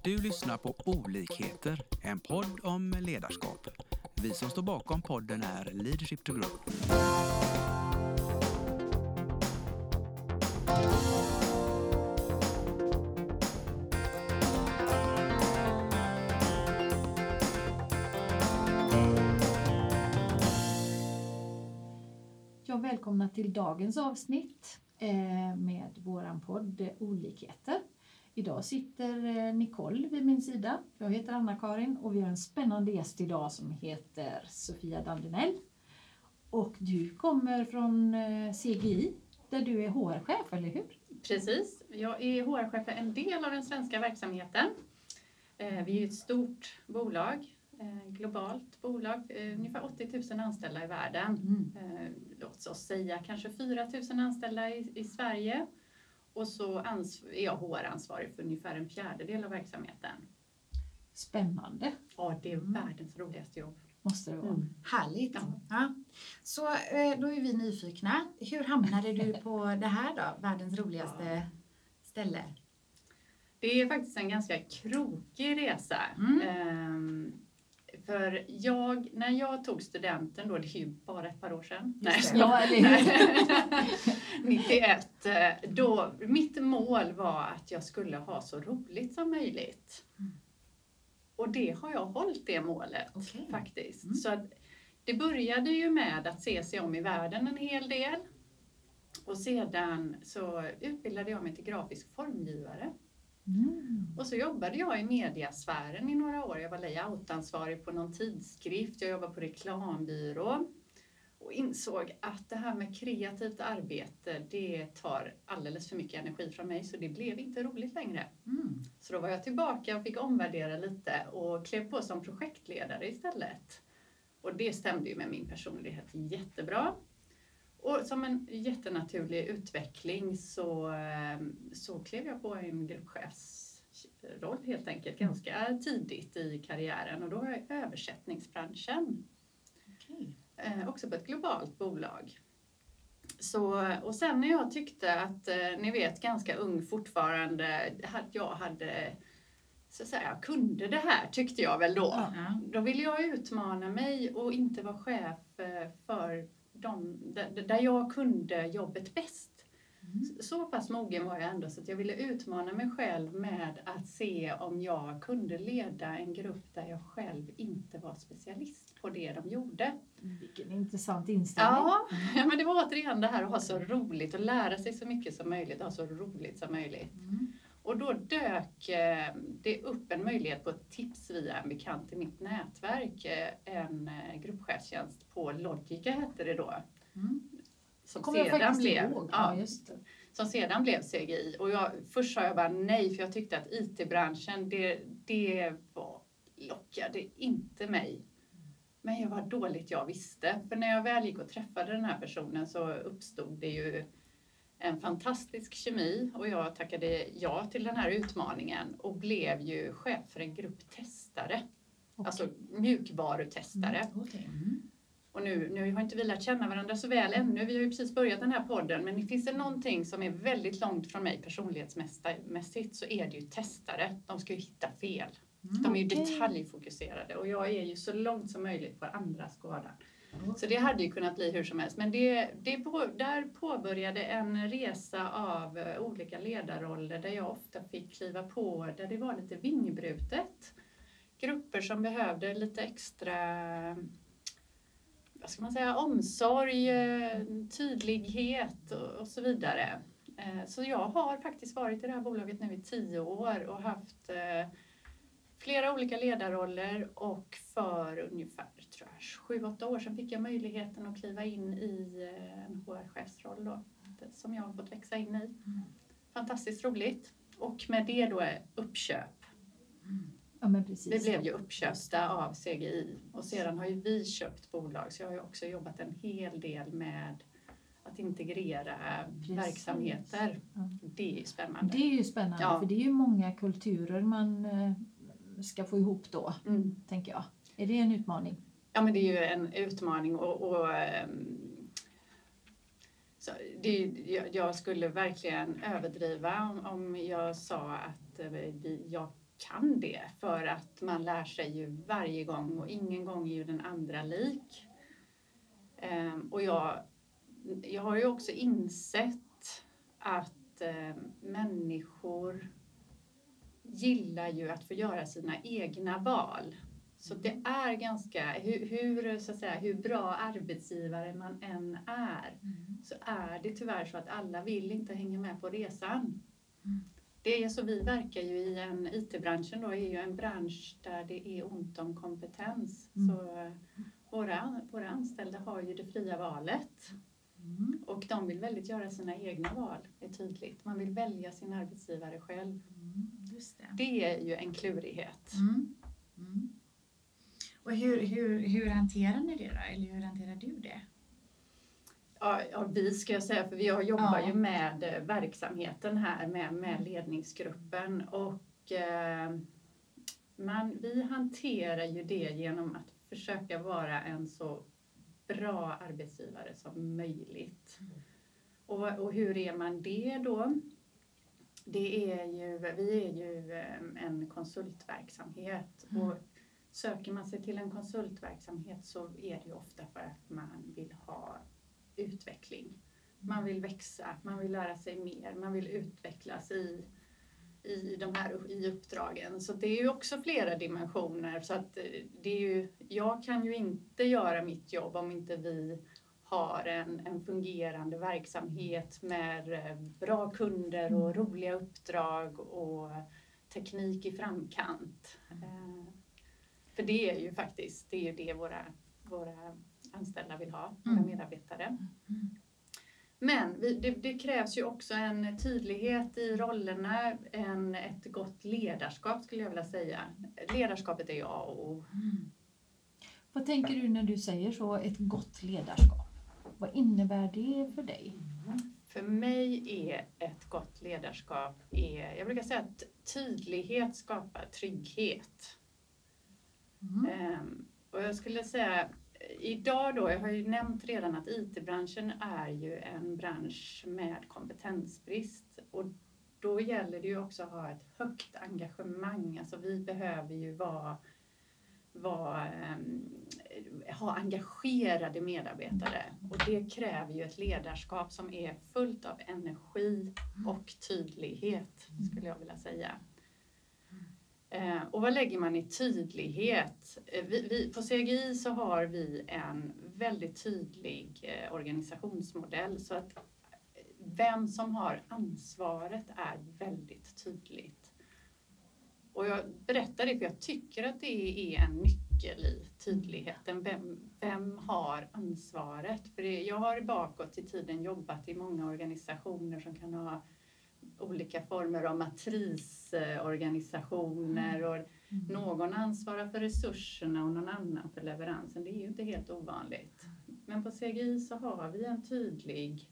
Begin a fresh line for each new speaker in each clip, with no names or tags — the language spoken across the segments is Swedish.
Du lyssnar på Olikheter, en podd om ledarskap. Vi som står bakom podden är Leadership to Grow.
Välkomna till dagens avsnitt med våran podd Olikheter. Idag sitter Nicole vid min sida. Jag heter Anna-Karin och vi har en spännande gäst idag som heter Sofia Dandenell. Och du kommer från CGI där du är HR-chef, eller hur?
Precis, jag är HR-chef för en del av den svenska verksamheten. Vi är ett stort bolag. Globalt bolag, ungefär 80 000 anställda i världen. Låt oss säga kanske 4 000 anställda i Sverige. Och så är jag HR-ansvarig för ungefär en fjärdedel av verksamheten.
Spännande.
Ja, det är världens roligaste jobb.
Måste det vara.
Härligt. Ja. Så då är vi nyfikna. Hur hamnade du på det här då? Världens roligaste ställe?
Det är faktiskt en ganska krokig resa. För när jag tog studenten då, det är ju bara ett par år sedan. Nej,
ja, eller hur?
91. Då, mitt mål var att jag skulle ha så roligt som möjligt. Och det har jag hållit, det målet faktiskt. Så att, det började ju med att se sig om i världen en hel del. Och sedan så utbildade jag mig till grafisk formgivare. Och så jobbade jag i mediasfären i några år. Jag var layoutansvarig på någon tidskrift. Jag jobbade på reklambyrå. Och insåg att det här med kreativt arbete, det tar alldeles för mycket energi från mig. Så det blev inte roligt längre. Så då var jag tillbaka och fick omvärdera lite. Och klev på som projektledare istället. Och det stämde ju med min personlighet jättebra. Och som en jättenaturlig utveckling så klev jag på en gruppchefsroll helt enkelt ganska tidigt i karriären. Och då var jag i översättningsbranschen. Också på ett globalt bolag. Och sen när jag tyckte att, ni vet, ganska ung fortfarande, jag kunde det här tyckte jag väl då. Då ville jag utmana mig och inte vara chef för där jag kunde jobbet bäst. Så pass mogen var jag ändå så att jag ville utmana mig själv med att se om jag kunde leda en grupp där jag själv inte var specialist på det de gjorde.
Vilken intressant inställning.
Ja, men det var återigen det här att ha så roligt och lära sig så mycket som möjligt och ha så roligt som möjligt. Och då dök det upp en möjlighet på ett tips via en bekant i mitt nätverk. En gruppchefstjänst på Logica hette det då. Som sedan blev CGI. Och först sa jag bara nej för jag tyckte att IT-branschen det lockade inte mig. Men jag var dåligt jag visste. För när jag väl gick och träffade den här personen så uppstod det ju en fantastisk kemi och jag tackade ja till den här utmaningen och blev ju chef för en grupp testare. Alltså mjukvarutestare. Och nu har inte vi lärt känna varandra så väl ännu. Vi har ju precis börjat den här podden. Men det finns det någonting som är väldigt långt från mig personlighetsmässigt så är det ju testare. De ska ju hitta fel. De är ju detaljfokuserade och jag är ju så långt som möjligt på andra skada. Så det hade ju kunnat bli hur som helst. Men där påbörjade en resa av olika ledarroller där jag ofta fick kliva på där det var lite vingbrutet. Grupper som behövde lite extra, vad ska man säga, omsorg, tydlighet och så vidare. Så jag har faktiskt varit i det här bolaget nu i 10 år och haft flera olika ledarroller och för ungefär 7-8 år sedan fick jag möjligheten att kliva in i en HR-chefsroll då, som jag har fått växa in i. Fantastiskt roligt. Och med det då är uppköp.
Ja, men precis.
Vi blev ju uppköpta av CGI och sedan har ju vi köpt bolag så jag har ju också jobbat en hel del med att integrera verksamheter. Det är ju spännande.
Det är ju spännande för det är ju många kulturer man ska få ihop då, tänker jag. Är det en utmaning?
Ja, men det är ju en utmaning så jag skulle verkligen överdriva om jag sa att jag kan det, för att man lär sig ju varje gång och ingen gång är ju den andra lik. Och jag har ju också insett att människor gillar ju att få göra sina egna val. Så det är ganska, hur bra arbetsgivare man än är, så är det tyvärr så att alla vill inte hänga med på resan. Det är så, vi verkar ju i IT-branschen då, är ju en bransch där det är ont om kompetens. Så våra anställda har ju det fria valet. Och de vill väldigt göra sina egna val, det är tydligt. Man vill välja sin arbetsgivare själv.
Just det.
Det är ju en klurighet.
Och hur hanterar ni det då? Eller hur hanterar du det?
Ja, vi ska jag säga, för vi jobbar ju med verksamheten här med ledningsgruppen, och vi hanterar ju det genom att försöka vara en så bra arbetsgivare som möjligt. Och hur är man det då? Vi är ju en konsultverksamhet, och söker man sig till en konsultverksamhet så är det ju ofta för att man vill ha utveckling. Man vill växa, man vill lära sig mer, man vill utvecklas i uppdragen. Så det är ju också flera dimensioner. Så att jag kan ju inte göra mitt jobb om inte vi har en fungerande verksamhet med bra kunder och roliga uppdrag och teknik i framkant. För det är ju faktiskt det våra anställda vill ha, våra medarbetare. Men det krävs ju också en tydlighet i rollerna, ett gott ledarskap skulle jag vilja säga. Ledarskapet är A och O.
Vad tänker du när du säger så, ett gott ledarskap? Vad innebär det för dig?
För mig är ett gott ledarskap, jag brukar säga att tydlighet skapar trygghet. Och jag skulle säga, idag då, jag har ju nämnt redan att IT-branschen är ju en bransch med kompetensbrist. Och då gäller det ju också att ha ett högt engagemang. Alltså vi behöver ju ha engagerade medarbetare. Och det kräver ju ett ledarskap som är fullt av energi och tydlighet, skulle jag vilja säga. Och vad lägger man i tydlighet? På CGI så har vi en väldigt tydlig organisationsmodell, så att vem som har ansvaret är väldigt tydligt. Och jag berättar det för jag tycker att det är en nyckel i tydligheten. Vem har ansvaret? För jag har bakåt i tiden jobbat i många organisationer som kan ha olika former av matrisorganisationer, och någon ansvarar för resurserna och någon annan för leveransen. Det är ju inte helt ovanligt. Men på CGI så har vi en tydlig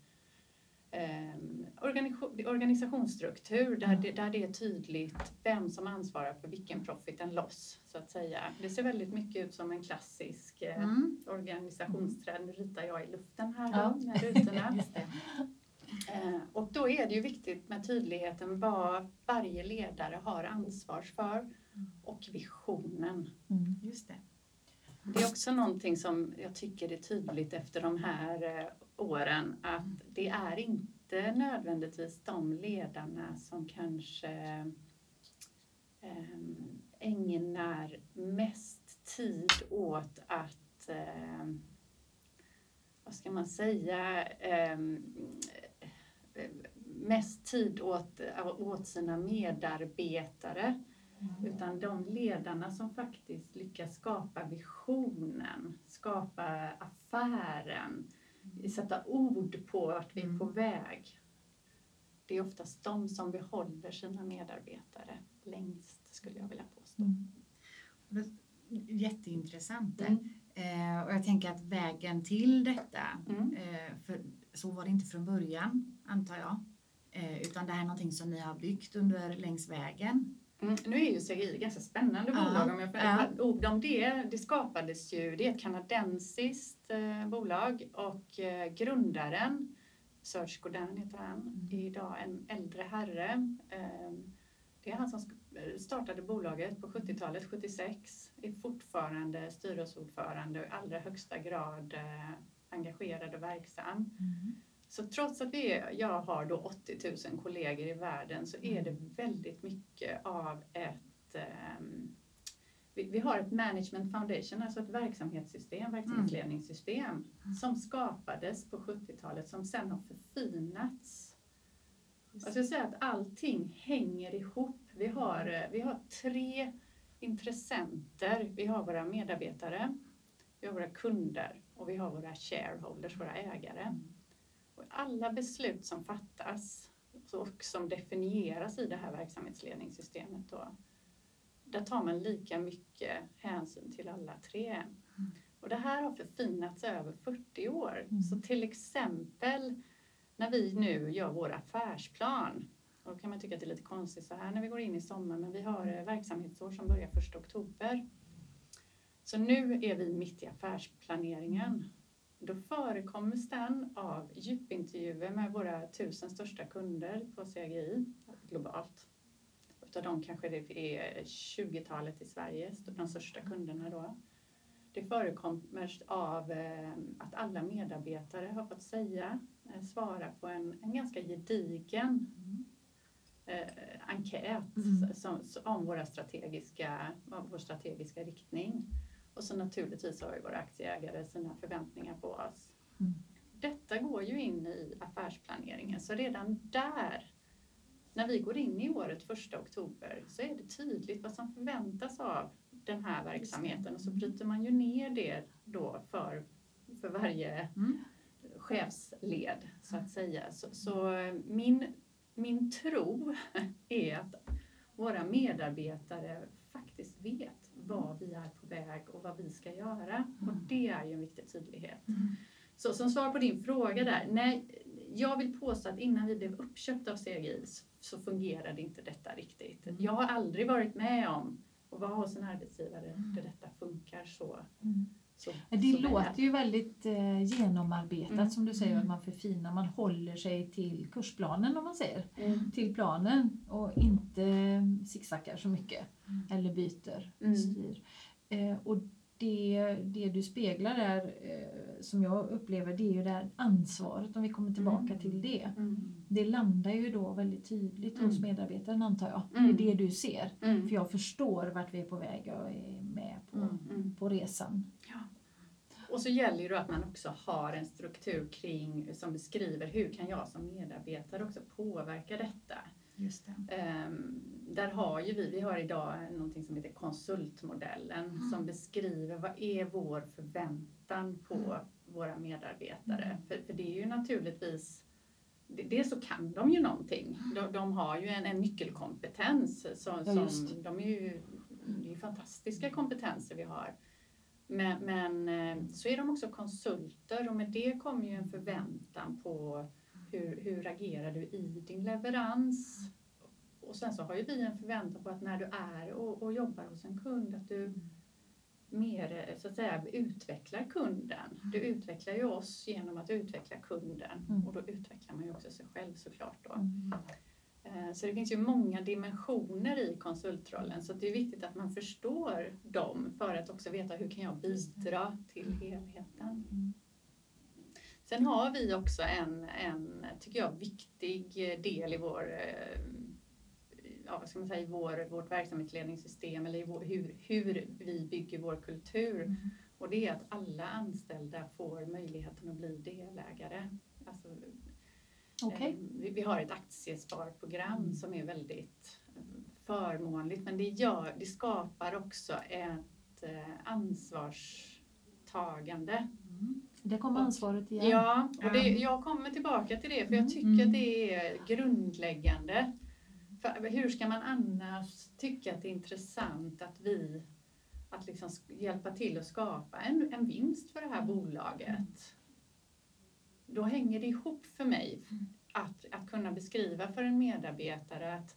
organisationsstruktur där det är tydligt vem som ansvarar för vilken profit and loss, så att säga. Det ser väldigt mycket ut som en klassisk organisationsträd. Nu ritar jag i luften här med rutorna. Och då är det ju viktigt med tydligheten vad varje ledare har ansvar för och visionen.
Just det.
Det är också någonting som jag tycker är tydligt efter de här åren, att det är inte nödvändigtvis de ledarna som kanske ägnar mest tid åt att, vad ska man säga, mest tid åt sina medarbetare. Utan de ledarna som faktiskt lyckas skapa visionen, skapa affären, sätta ord på vart vi är på väg. Det är oftast de som behåller sina medarbetare längst, skulle jag vilja påstå.
Jätteintressant. Och jag tänker att vägen till detta, för så var det inte från början, antar jag. Utan det här är någonting som ni har byggt längs vägen.
Nu är ju CGI ganska spännande bolag. Om jag får ord om det. Det skapades ju, det är ett kanadensiskt bolag, och grundaren, Serge Godin heter han, är idag en äldre herre. Det är han som startade bolaget på 70-talet, 76. Är fortfarande styrelseordförande och i allra högsta grad engagerad och verksam. Så trots att jag har då 80 000 kollegor i världen så är det väldigt mycket av ett... Vi har ett management foundation, alltså ett verksamhetsledningssystem som skapades på 70-talet som sen har förfinats. Jag skulle säga att allting hänger ihop. Vi har 3 intressenter. Vi har våra medarbetare, vi har våra kunder och vi har våra shareholders, våra ägare. Och alla beslut som fattas och som definieras i det här verksamhetsledningssystemet då, där tar man lika mycket hänsyn till alla 3. Och det här har förfinats över 40 år. Så till exempel när vi nu gör vår affärsplan, och då kan man tycka att det är lite konstigt så här när vi går in i sommar, men vi har verksamhetsår som börjar 1 oktober. Så nu är vi mitt i affärsplaneringen. Då förekommer den av djupintervjuer med våra 1000 största kunder på CGI globalt. Utav dem kanske det är 20-talet i Sverige, de största kunderna då. Det förekommer av att alla medarbetare har fått svara på en ganska gedigen enkät om vår strategiska riktning. Och så naturligtvis har ju våra aktieägare sina förväntningar på oss. Detta går ju in i affärsplaneringen, så redan där, när vi går in i året 1 oktober, så är det tydligt vad som förväntas av den här verksamheten. Och så bryter man ju ner det då för varje chefsled, så att säga. Så min tro är att våra medarbetare faktiskt vet vad vi är på väg och vad vi ska göra. Och det är ju en viktig tydlighet. Så som svar på din fråga där, nej, jag vill påstå att innan vi blev uppköpta av CGI så fungerade inte detta riktigt. Jag har aldrig varit med om att vara hos en arbetsgivare där detta funkar så.
Det låter ju väldigt genomarbetat som du säger, att man förfinar, man håller sig till kursplanen om man säger, till planen och inte zigzaggar så mycket eller byter styr. Och det du speglar där som jag upplever, det är ju det här ansvaret, om vi kommer tillbaka till det. Det landar ju då väldigt tydligt hos medarbetaren, antar jag. Det är det du ser. För jag förstår vart vi är på väg och är med på resan.
Ja. Och så gäller det att man också har en struktur kring som beskriver hur kan jag som medarbetare också påverka detta.
Just det.
Där har ju vi har idag någonting som heter konsultmodellen som beskriver vad är vår förväntan på våra medarbetare. För det är ju naturligtvis, det så kan de ju någonting. De har ju en nyckelkompetens som det är ju fantastiska kompetenser vi har. Men så är de också konsulter och med det kommer ju en förväntan på hur agerar du i din leverans. Och sen så har ju vi en förväntan på att när du är och jobbar hos en kund att du mer så att säga utvecklar kunden. Du utvecklar ju oss genom att utveckla kunden och då utvecklar man ju också sig själv såklart då. Så det finns ju många dimensioner i konsultrollen så det är viktigt att man förstår dem för att också veta hur kan jag bidra till helheten. Sen har vi också en tycker jag, viktig del i vårt verksamhetsledningssystem eller hur vi bygger vår kultur. Och det är att alla anställda får möjligheten att bli delägare. Alltså, vi har ett aktiesparprogram som är väldigt förmånligt, men det skapar också ett ansvarstagande.
Det kommer ansvaret igen.
Ja, och jag kommer tillbaka till det för jag tycker att det är grundläggande. För hur ska man annars tycka att det är intressant att liksom hjälpa till att skapa en vinst för det här bolaget? Då hänger det ihop för mig att kunna beskriva för en medarbetare att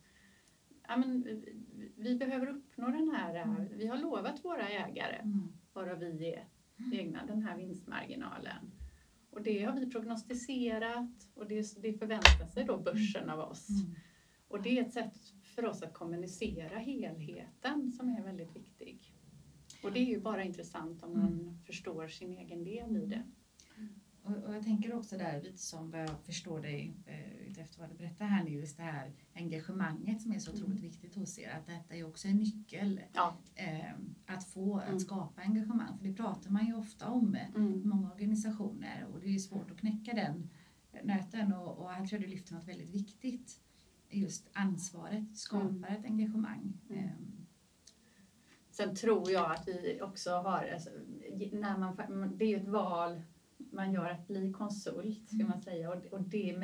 vi behöver uppnå den här, vi har lovat våra ägare varav vi är egna, den här vinstmarginalen. Och det har vi prognostiserat och det förväntar sig då börsen av oss. Och det är ett sätt för oss att kommunicera helheten som är väldigt viktig. Och det är ju bara intressant om man förstår sin egen del i det.
Och jag tänker också där lite som vad jag förstår dig efter vad du berättar här nu, just det här engagemanget som är så otroligt viktigt hos er, att detta är också en nyckel att skapa engagemang, för det pratar man ju ofta om i många organisationer och det är svårt att knäcka den nöten och här tror jag du lyfter något väldigt viktigt, just ansvaret skapar ett engagemang.
Sen tror jag att vi också har, alltså, det är ju ett val man gör att bli konsult, ska man säga. Och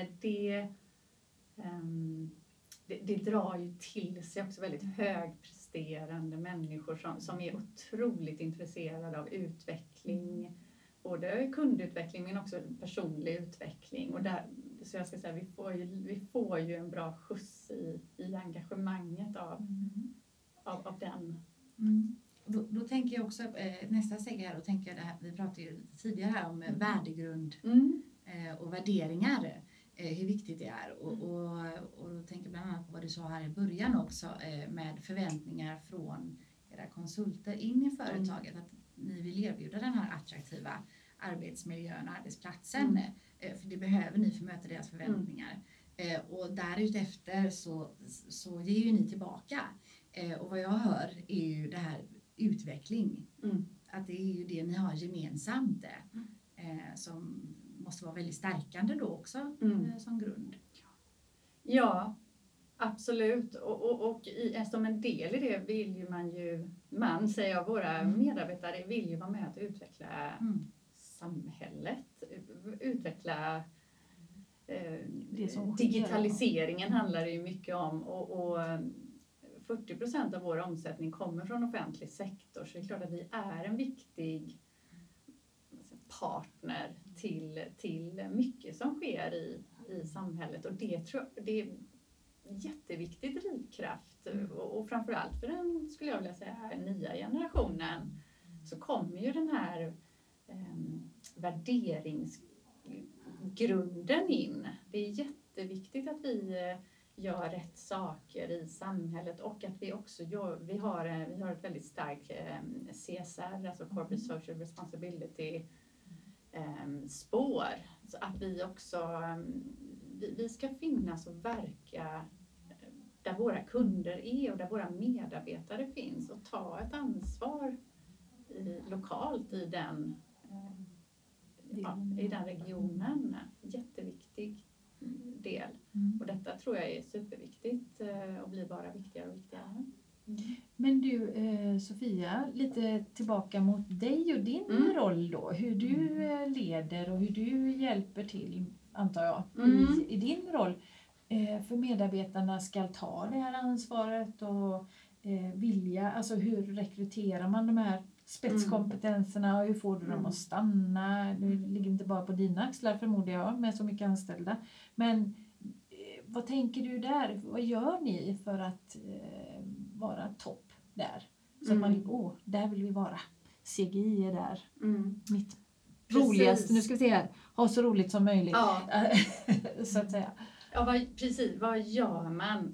det drar ju till sig också väldigt högpresterande människor som är otroligt intresserade av utveckling. Både kundutveckling men också personlig utveckling. Och där, så jag ska säga, vi får ju en bra skjuts i engagemanget av den.
Då tänker jag också, nästa steg här, då tänker jag det här, vi pratade ju lite tidigare här om värdegrund och värderingar, hur viktigt det är. Och då tänker jag bland annat på vad du sa här i början också, med förväntningar från era konsulter in i företaget, att ni vill erbjuda den här attraktiva arbetsmiljön och arbetsplatsen, för det behöver ni för att möta deras förväntningar. Och därefter så ger ju ni tillbaka. Och vad jag hör är ju det här utveckling. Att det är ju det ni har gemensamt som måste vara väldigt stärkande då också som grund.
Ja, absolut. Och som en del i det vill ju våra medarbetare vill ju vara med att utveckla samhället. Utveckla digitaliseringen handlar det ju mycket om och 40% av vår omsättning kommer från offentlig sektor, så det är klart att vi är en viktig partner till mycket som sker i samhället, och det tror jag det är jätteviktig drivkraft och framförallt för den, skulle jag vilja säga, nya generationen, så kommer ju den här värderingsgrunden in. Det är jätteviktigt att vi gör rätt saker i samhället och att vi också vi har ett väldigt starkt CSR, alltså Corporate Social Responsibility spår, så att vi också vi ska finnas och verka där våra kunder är och där våra medarbetare finns och ta ett ansvar lokalt i den regionen. Jätteviktig del. Och detta tror jag är superviktigt och blir bara viktigare och viktigare.
Men du Sofia, lite tillbaka mot dig och din roll då. Hur du leder och hur du hjälper till, antar jag, i din roll. För medarbetarna ska ta det här ansvaret och vilja, alltså hur rekryterar man de här spetskompetenserna och hur får du dem att stanna? Det ligger inte bara på dina axlar, förmodar jag, med så mycket anställda. Men vad tänker du där? Vad gör ni för att vara topp där? Så att man, där vill vi vara. CGI är där. Mitt roligaste, nu ska vi se här, ha så roligt som möjligt. Ja. Så att säga.
Ja, precis. Vad gör man?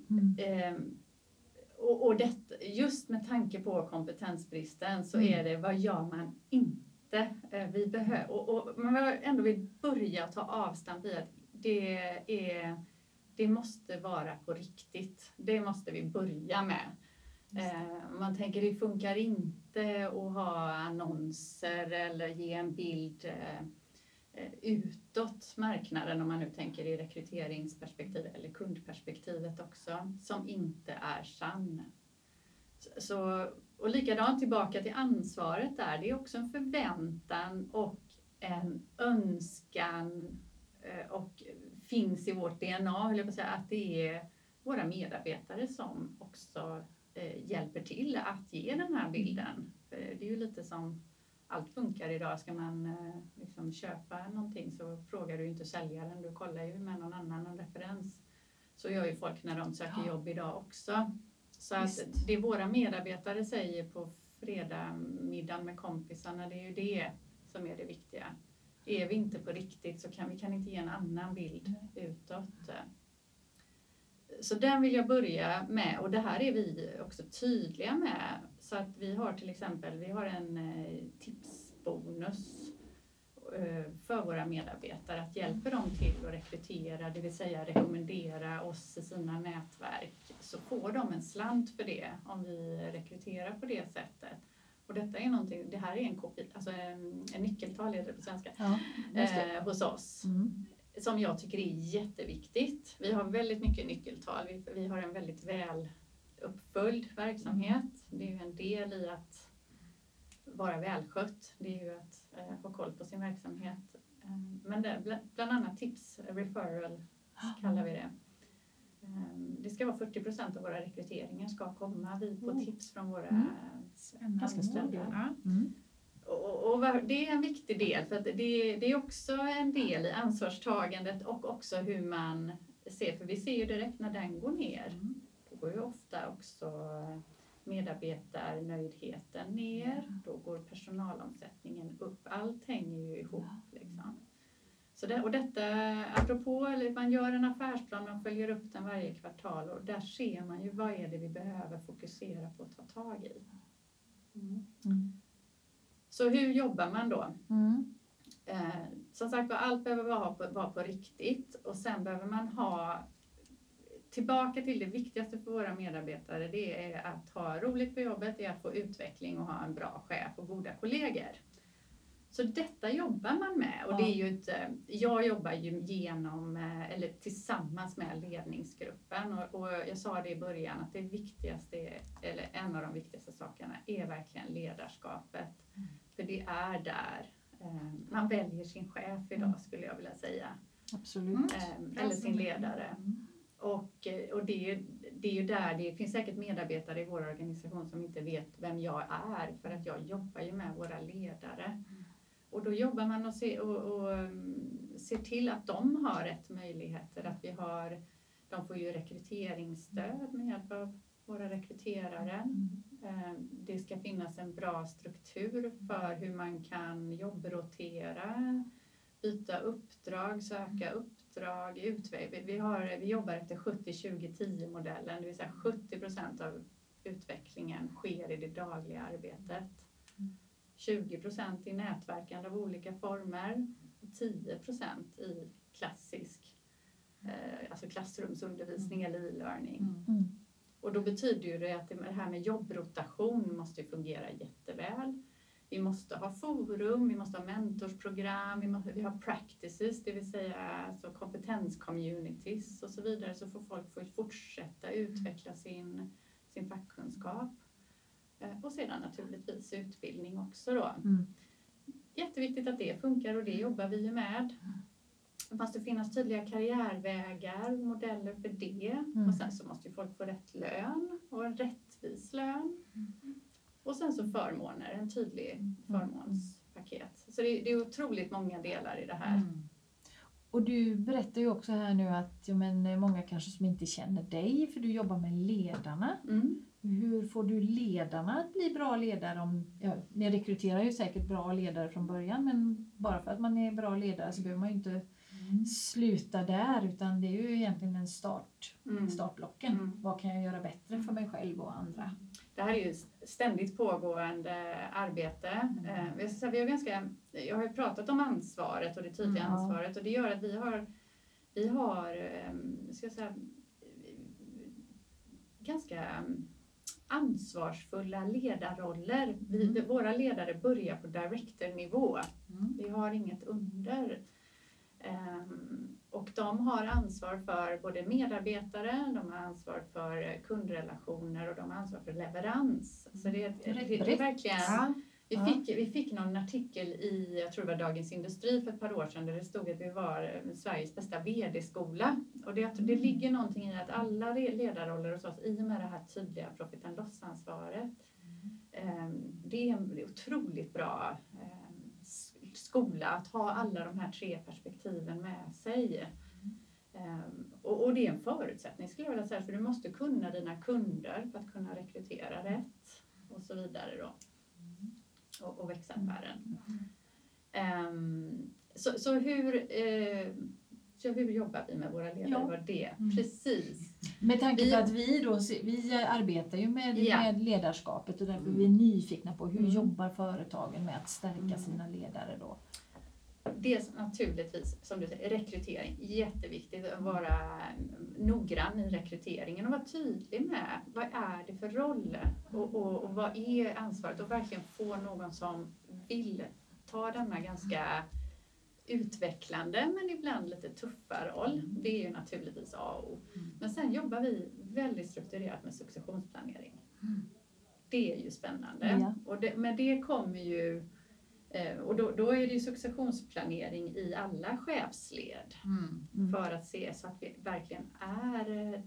Och detta, just med tanke på kompetensbristen så är det, vad gör man inte? Men jag ändå vill börja ta avstamp i att det måste vara på riktigt. Det måste vi börja med. Man tänker det funkar inte att ha annonser eller ge en bild utåt marknaden, om man nu tänker i rekryteringsperspektiv eller kundperspektivet också, som inte är sann. Och likadant tillbaka till ansvaret där, det är också en förväntan och en önskan och finns i vårt DNA, vill jag säga, att det är våra medarbetare som också hjälper till att ge den här bilden. För det är ju lite som allt funkar idag. Ska man liksom köpa någonting så frågar du inte säljaren, du kollar ju med någon annan, någon referens. Så gör ju folk när de söker jobb idag också. Så att det våra medarbetare säger på fredagsmiddagen med kompisarna, det är ju det som är det viktiga. Är vi inte på riktigt så kan vi inte ge en annan bild utåt. Så den vill jag börja med, och det här är vi också tydliga med. Så att vi har till exempel en tipsbonus för våra medarbetare, att hjälpa dem till att rekrytera, det vill säga rekommendera oss i sina nätverk, så får de en slant för det om vi rekryterar på det sättet. Och detta är någonting, det här är en nyckeltal är det på svenska, hos oss. Som jag tycker är jätteviktigt. Vi har väldigt mycket nyckeltal. Vi har en väldigt väl uppföljd verksamhet. Det är ju en del i att vara välskött. Det är ju att ha koll på sin verksamhet. Men det, bland annat tips, referral kallar vi det. Det ska vara 40% av våra rekryteringar ska komma på tips från våra anställda. Och det är en viktig del, för att det är också en del i ansvarstagandet och också hur man ser, för vi ser ju direkt när den går ner, då går ju ofta också medarbetarnöjdheten ner, då går personalomsättningen upp, allt hänger ju ihop liksom. Så och detta, apropå, eller man gör en affärsplan, man följer upp den varje kvartal och där ser man ju vad är det vi behöver fokusera på att ta tag i. Så hur jobbar man då? Som sagt, allt behöver vara på riktigt, och sen behöver man ha tillbaka till det viktigaste för våra medarbetare. Det är att ha roligt på jobbet, det är att få utveckling och ha en bra chef och goda kollegor. Så detta jobbar man med, och det är ju jag jobbar ju eller tillsammans med ledningsgruppen, och jag sa det i början att det viktigaste, eller en av de viktigaste sakerna, är verkligen ledarskapet. För det är där man väljer sin chef idag, skulle jag vilja säga.
Absolut.
Eller sin ledare. Och det är ju där, det finns säkert medarbetare i vår organisation som inte vet vem jag är, för att jag jobbar ju med våra ledare. Och då jobbar man och ser till att de har rätt möjligheter, att de får ju rekryteringsstöd med hjälp av våra rekryterare. Det ska finnas en bra struktur för hur man kan jobbrotera, byta uppdrag, söka uppdrag, vi jobbar efter 70-20-10-modellen, det vill säga 70% av utvecklingen sker i det dagliga arbetet. 20% i nätverkande av olika former, och 10% i klassisk, alltså klassrumsundervisning eller e-learning. Och då betyder ju det att det här med jobbrotation måste fungera jätteväl. Vi måste ha forum, vi måste ha mentorsprogram, vi har practices, det vill säga alltså kompetenscommunities och så vidare, så får folk fortsätta utveckla sin fackkunskap. Och sedan naturligtvis utbildning också då. Jätteviktigt att det funkar, och det jobbar vi ju med. Det måste finnas tydliga karriärvägar, modeller för det. Och sen så måste ju folk få rätt lön och en rättvis lön. Och sen så förmåner, en tydlig förmånspaket. Så det är otroligt många delar i det här.
Och du berättar ju också här nu att många kanske som inte känner dig, för du jobbar med ledarna. Hur får du ledarna att bli bra ledare? Ni rekryterar ju säkert bra ledare från början, men bara för att man är bra ledare så behöver man ju inte sluta där, utan det är ju egentligen en startblocken. Vad kan jag göra bättre för mig själv och andra?
Det här är ju ständigt pågående arbete. Jag har ju pratat om ansvaret och det tydliga ansvaret, och det gör att vi har ganska ansvarsfulla ledarroller. Våra ledare börjar på directornivå. Vi har inget under. Och de har ansvar för både medarbetare, de har ansvar för kundrelationer och de har ansvar för leverans. Så det är verkligen... Vi fick någon artikel i, jag tror det var Dagens Industri för ett par år sedan, där det stod att vi var Sveriges bästa vd-skola. Och det ligger någonting i att alla ledarroller hos oss, i och med det här tydliga profit and loss-ansvaret, det är en otroligt bra skola att ha alla de här 3 perspektiven med sig. Och det är en förutsättning, skulle jag vilja säga, för du måste kunna dina kunder för att kunna rekrytera rätt och så vidare då. Och växa affären. Så hur jobbar vi med våra ledare? Var det? Precis.
Med tanke på att vi arbetar ju med ledarskapet och därför är vi nyfikna på hur jobbar företagen med att stärka sina ledare då?
Det är naturligtvis, som du säger, rekrytering. Jätteviktigt att vara noggrann i rekryteringen och vara tydlig med vad är det för roll och vad är ansvaret och verkligen få någon som vill ta denna ganska utvecklande men ibland lite tuffa roll. Det är ju naturligtvis A och O. Men sen jobbar vi väldigt strukturerat med successionsplanering. Det är ju spännande. Och men det kommer ju och då är det ju successionsplanering i alla chefsled för att se så att vi verkligen är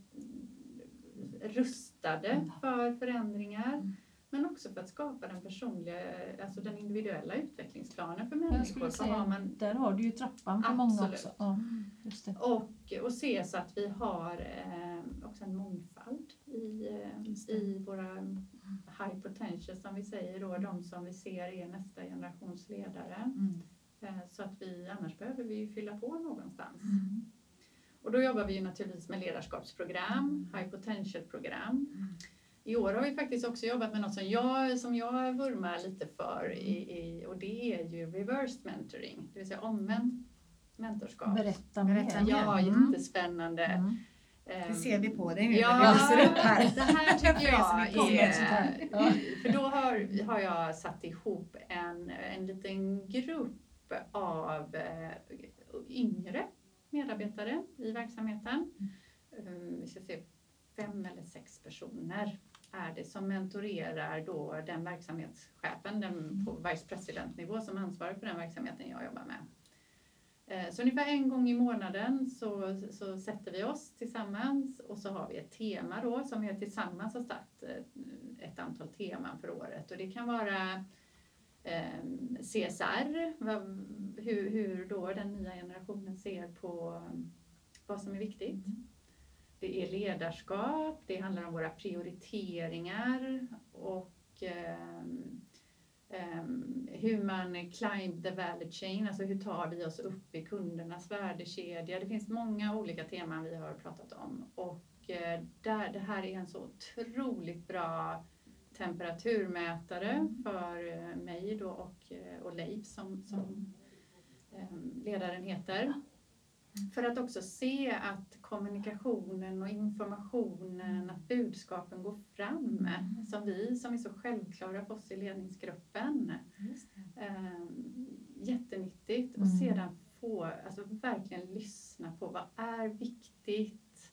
rustade för förändringar. Men också för att skapa den personliga, alltså den individuella utvecklingsplanen för människor.
Jag skulle säga, där har du ju trappan för många också. Ja, just det.
Och se så att vi har också en mångfald i våra high potential som vi säger då, de som vi ser är nästa generations ledare. Så att annars behöver vi ju fylla på någonstans. Och då jobbar vi ju naturligtvis med ledarskapsprogram, high potential-program. I år har vi faktiskt också jobbat med något som jag vurmar lite för och det är ju reverse mentoring, det vill säga omvänt mentorskap.
Berätta mer.
Ja, jättespännande.
Det ser vi på dig nu.
Ja, det här tycker jag är... För då har jag satt ihop en liten grupp av yngre medarbetare i verksamheten. Vi ska se 5 eller 6 personer är det som mentorerar då den verksamhetschefen, den på vice president-nivå som ansvarar för den verksamheten jag jobbar med. Så ungefär en gång i månaden så sätter vi oss tillsammans och så har vi ett tema då som vi tillsammans har satt ett antal teman för året. Och det kan vara CSR, hur då den nya generationen ser på vad som är viktigt. Det är ledarskap, det handlar om våra prioriteringar och hur man climb the value chain, alltså hur tar vi oss upp i kundernas värdekedja. Det finns många olika teman vi har pratat om och det här är en så otroligt bra temperaturmätare för mig då och Leif som ledaren heter. För att också se att kommunikationen och informationen, att budskapen går fram, som är så självklara för oss i ledningsgruppen. Jättenyttigt. Och sedan alltså verkligen lyssna på vad är viktigt,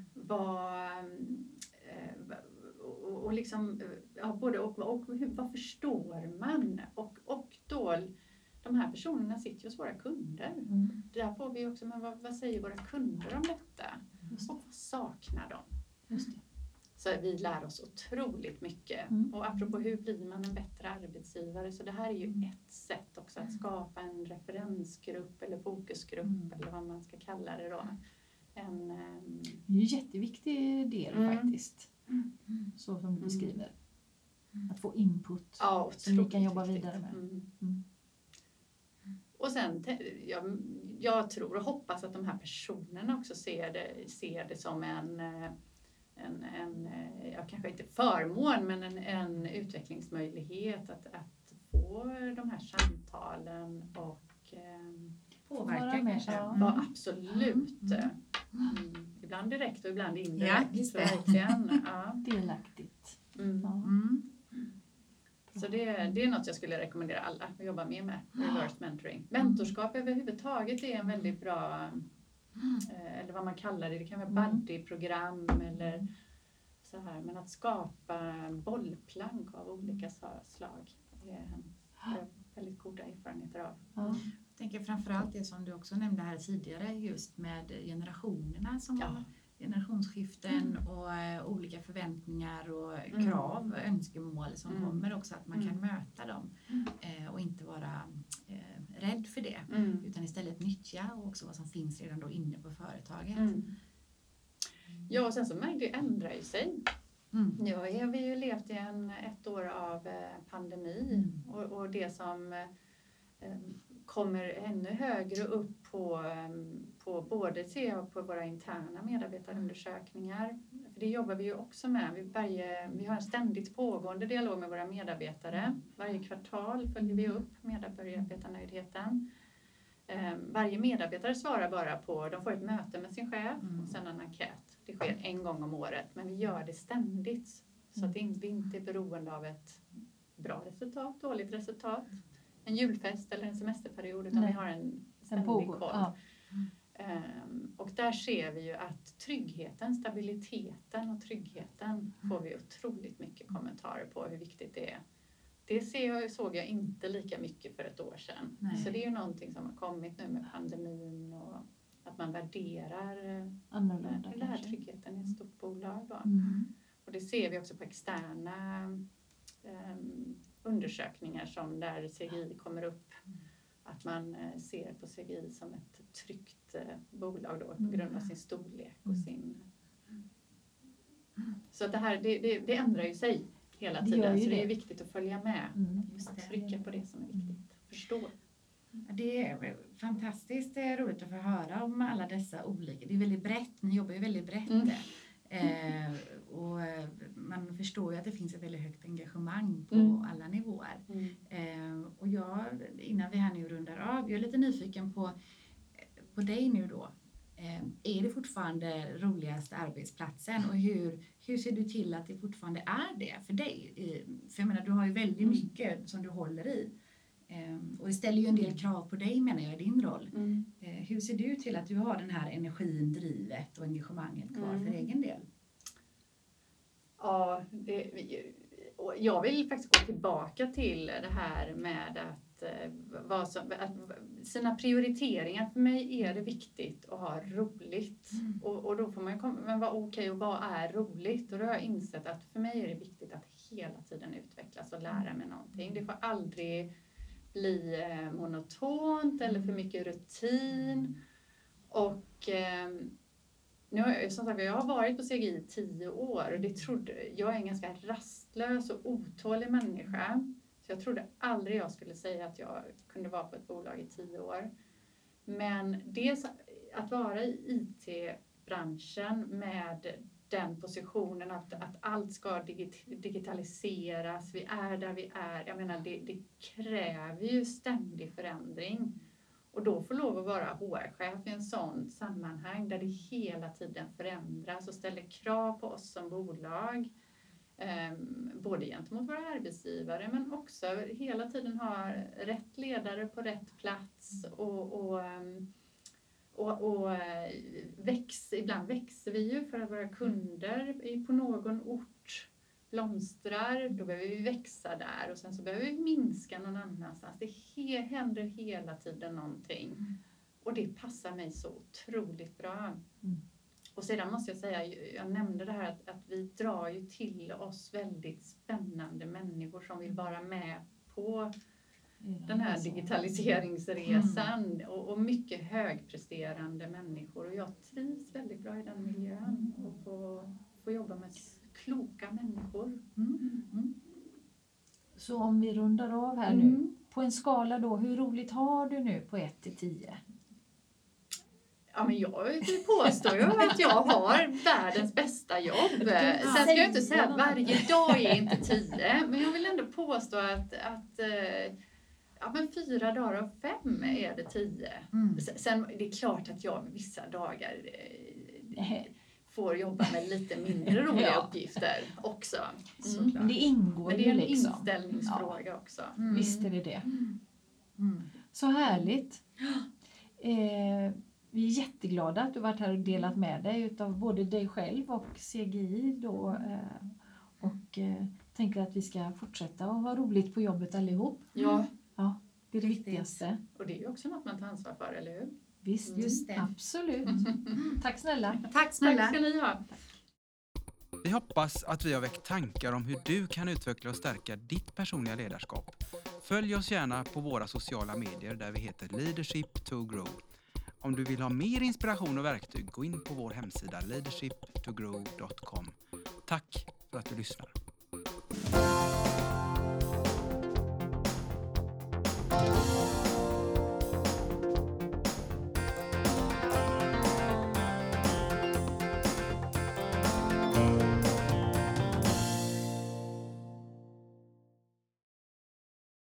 och liksom, både och vad förstår man och då de här personerna sitter ju hos våra kunder. Där får vi också, men vad säger våra kunder om detta? Och vad saknar de?
Just det.
Så vi lär oss otroligt mycket. Och apropå hur blir man en bättre arbetsgivare, så det här är ju ett sätt också att skapa en referensgrupp eller fokusgrupp eller vad man ska kalla det då.
Det är ju en jätteviktig del faktiskt. Så som du beskriver. Att få input som vi kan jobba vidare med. Och
sen, jag tror och hoppas att de här personerna också ser det som en kanske inte förmån, men en utvecklingsmöjlighet att få de här samtalen och påverka kanske. Absolut. Ibland direkt och ibland indirekt.
Ja,
verkligen.
Delaktigt.
Så det är något jag skulle rekommendera alla att jobba med reverse mentoring. Mentorskap överhuvudtaget är en väldigt bra, eller vad man kallar det kan vara buddy-program eller så här. Men att skapa bollplank av olika slag är väldigt goda erfarenheter av.
Jag tänker framförallt det som du också nämnde här tidigare, just med generationerna som generationsskiften och olika förväntningar och krav och önskemål som kommer också, att man kan möta dem och inte vara rädd för det utan istället nyttja också vad som finns redan då inne på företaget.
Ja, och sen så märker det ändrar ju sig. Nu har vi ju levt i ett år av pandemi och det som kommer ännu högre upp på både ser jag på våra interna medarbetarundersökningar. För det jobbar vi ju också med. Vi har en ständigt pågående dialog med våra medarbetare. Varje kvartal följer vi upp medarbetarnöjdheten. Varje medarbetare svarar bara på, de får ett möte med sin chef och sen en enkät. Det sker en gång om året, men vi gör det ständigt. Så att vi inte är beroende av ett bra resultat, dåligt resultat, en julfest eller en semesterperiod, utan vi har en ständig koll. Ja. Och där ser vi ju att stabiliteten och tryggheten får vi otroligt mycket kommentarer på hur viktigt det är. Det såg jag inte lika mycket för ett år sedan. Nej. Så det är ju någonting som har kommit nu med pandemin och att man värderar den här tryggheten i ett stort bolag. Då. Och det ser vi också på externa undersökningar som där CGI kommer upp. Att man ser på CGI som ett tryggt bolag då, på grund av sin storlek och sin... Så att det här, det ändrar ju sig hela tiden. Så det är viktigt att följa med. Att trycka på det som är viktigt. Förstå.
Det är fantastiskt roligt att få höra om alla dessa olika. Det är väldigt brett. Ni jobbar ju väldigt brett. Och man förstår ju att det finns ett väldigt högt engagemang på alla nivåer. Och innan vi här nu rundar av, jag är lite nyfiken på dig nu då. Är det fortfarande roligaste arbetsplatsen och hur ser du till att det fortfarande är det för dig? För jag menar, du har ju väldigt mycket som du håller i. Och det ställer ju en del krav på dig, menar jag, i din roll. Hur ser du till att du har den här energin, drivet och engagemanget kvar för egen del?
Ja, jag vill faktiskt gå tillbaka till det här med att sina prioriteringar. För mig är det viktigt att ha roligt. Och då får man vara okej, och vad är roligt? Och då har jag insett att för mig är det viktigt att hela tiden utvecklas och lära mig någonting. Det får aldrig bli monotont eller för mycket rutin. Och nu har jag har varit på CGI 10 år och jag är en ganska rastlös och otålig människa. Så jag trodde aldrig jag skulle säga att jag kunde vara på ett bolag i 10 år. Men dels att vara i IT-branschen med den positionen att allt ska digitaliseras, vi är där vi är. Jag menar, det kräver ju ständig förändring. Och då får lov att vara HR-chef i en sån sammanhang där det hela tiden förändras och ställer krav på oss som bolag. Både gentemot våra arbetsgivare, men också hela tiden ha rätt ledare på rätt plats och ibland växer vi ju för att våra kunder på någon ort blomstrar, då behöver vi växa där och sen så behöver vi minska någon annanstans. Det händer hela tiden någonting och det passar mig så otroligt bra. Och sedan måste jag säga, jag nämnde det här att vi drar ju till oss väldigt spännande människor som vill vara med på den här digitaliseringsresan och mycket högpresterande människor. Och jag trivs väldigt bra i den miljön och få jobba med kloka människor.
Så om vi rundar av här nu, på en skala då, hur roligt har du nu på 1-10?
Ja, men jag vill påstå ju att jag har världens bästa jobb. Sen ska jag inte säga att varje dag är inte 10, men jag vill ändå påstå att men 4 dagar av 5 är det 10. Sen det är klart att jag vissa dagar får jobba med lite mindre roliga uppgifter också.
Det ingår
men det är en inställningsfråga också.
Visst är det. Så härligt. Vi är jätteglada att du varit här och delat med dig utav både dig själv och CGI då. Och tänker att vi ska fortsätta och ha roligt på jobbet allihop.
Ja,
det är det viktigaste.
Och det är ju också något man tar ansvar för, eller hur?
Visst, just det. Absolut. Tack snälla.
Tack snälla.
Tack ska ni ha.
Vi hoppas att vi har väckt tankar om hur du kan utveckla och stärka ditt personliga ledarskap. Följ oss gärna på våra sociala medier där vi heter Leadership to Grow. Om du vill ha mer inspiration och verktyg, gå in på vår hemsida leadershiptogrow.com. Tack för att du lyssnar.